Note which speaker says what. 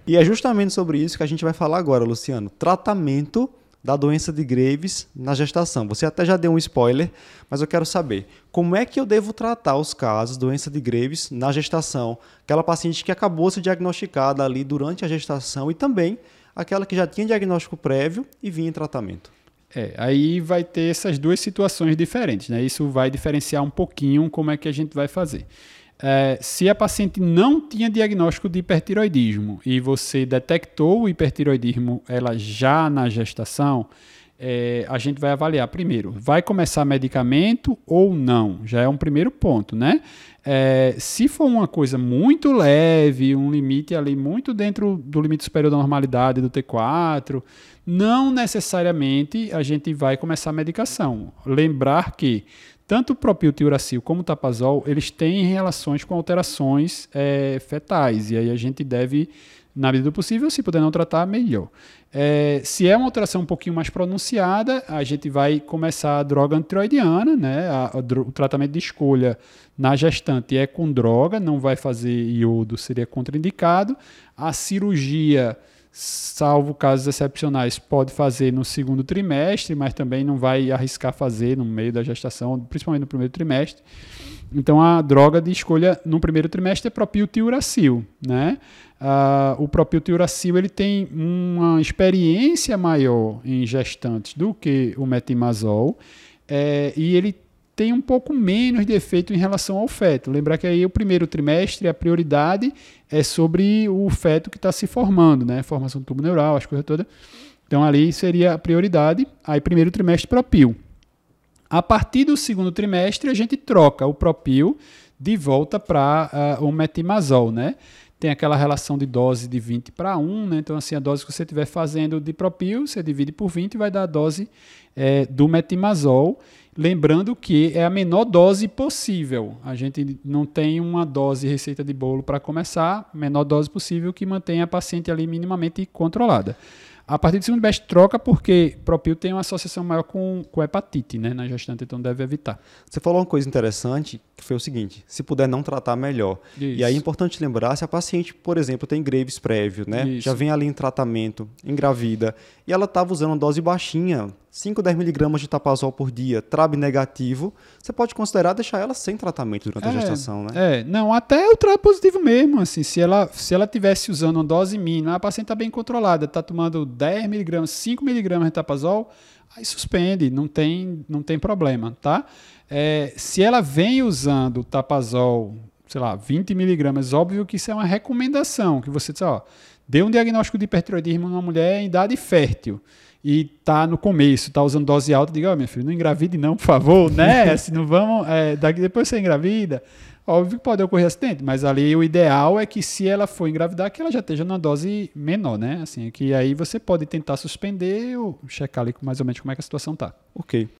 Speaker 1: E é justamente sobre isso que a gente vai falar agora, Luciano. Tratamento da doença de Graves na gestação. Você até já deu um spoiler, mas eu quero saber, como é que eu devo tratar os casos de doença de Graves na gestação? Aquela paciente que acabou de ser diagnosticada ali durante a gestação e também aquela que já tinha diagnóstico prévio e vinha em tratamento.
Speaker 2: Aí vai ter essas duas situações diferentes, né? Isso vai diferenciar um pouquinho como é que a gente vai fazer. Se a paciente não tinha diagnóstico de hipertiroidismo e você detectou o hipertiroidismo ela já na gestação, a gente vai avaliar primeiro, vai começar medicamento ou não? Já é um primeiro ponto, né? Se for uma coisa muito leve, um limite ali muito dentro do limite superior da normalidade do T4, não necessariamente a gente vai começar a medicação. Lembrar que tanto o propiltiuracil como o tapazol, eles têm relações com alterações fetais, e aí a gente deve, na medida do possível, se puder não tratar, melhor. Se é uma alteração um pouquinho mais pronunciada, a gente vai começar a droga antiroidiana, né? O tratamento de escolha na gestante é com droga, não vai fazer iodo, seria contraindicado. A cirurgia, salvo casos excepcionais, pode fazer no segundo trimestre, mas também não vai arriscar fazer no meio da gestação, principalmente no primeiro trimestre. Então, a droga de escolha no primeiro trimestre é propiltiuracil, né? O propiltiuracil ele tem uma experiência maior em gestantes do que o metimazol e ele tem um pouco menos de efeito em relação ao feto. Lembrar que aí o primeiro trimestre, a prioridade é sobre o feto que está se formando, né? Formação do tubo neural, as coisas todas. Então, ali seria a prioridade. Aí, primeiro trimestre, propil. A partir do segundo trimestre, a gente troca o propil de volta para o metimazol, né? Tem aquela relação de dose de 20 para 1, né? Então, assim, a dose que você estiver fazendo de propil, você divide por 20 e vai dar a dose do metimazol. Lembrando que é a menor dose possível. A gente não tem uma dose receita de bolo para começar, menor dose possível que mantenha a paciente ali minimamente controlada. A partir do segundo trimestre troca porque propil tem uma associação maior com hepatite, né, na gestante, então deve evitar.
Speaker 1: Você falou uma coisa interessante, que foi o seguinte, se puder não tratar, melhor.
Speaker 2: Isso.
Speaker 1: E aí é importante lembrar, se a paciente, por exemplo, tem Graves prévio, né,
Speaker 2: Isso.
Speaker 1: já vem ali em tratamento, engravida, e ela estava usando uma dose baixinha, 5, 10 miligramas de tapazol por dia, TRAB negativo, você pode considerar deixar ela sem tratamento durante a gestação, né?
Speaker 2: Não, até o TRAB positivo mesmo, assim, se ela tivesse usando uma dose mínima, a paciente está bem controlada, está tomando 10 miligramas, 5 miligramas de tapazol, aí suspende, não tem problema, tá? Se ela vem usando tapazol, sei lá, 20 miligramas, óbvio que isso é uma recomendação, que você diz, deu um diagnóstico de hipertiroidismo numa mulher em idade fértil, e tá no começo, tá usando dose alta, diga, minha filha, não engravide não, por favor, né? Se não vamos, depois você engravida, óbvio que pode ocorrer acidente, mas ali o ideal é que se ela for engravidar, que ela já esteja numa dose menor, né? Assim, que aí você pode tentar suspender ou checar ali mais ou menos como é que a situação tá.
Speaker 1: Ok.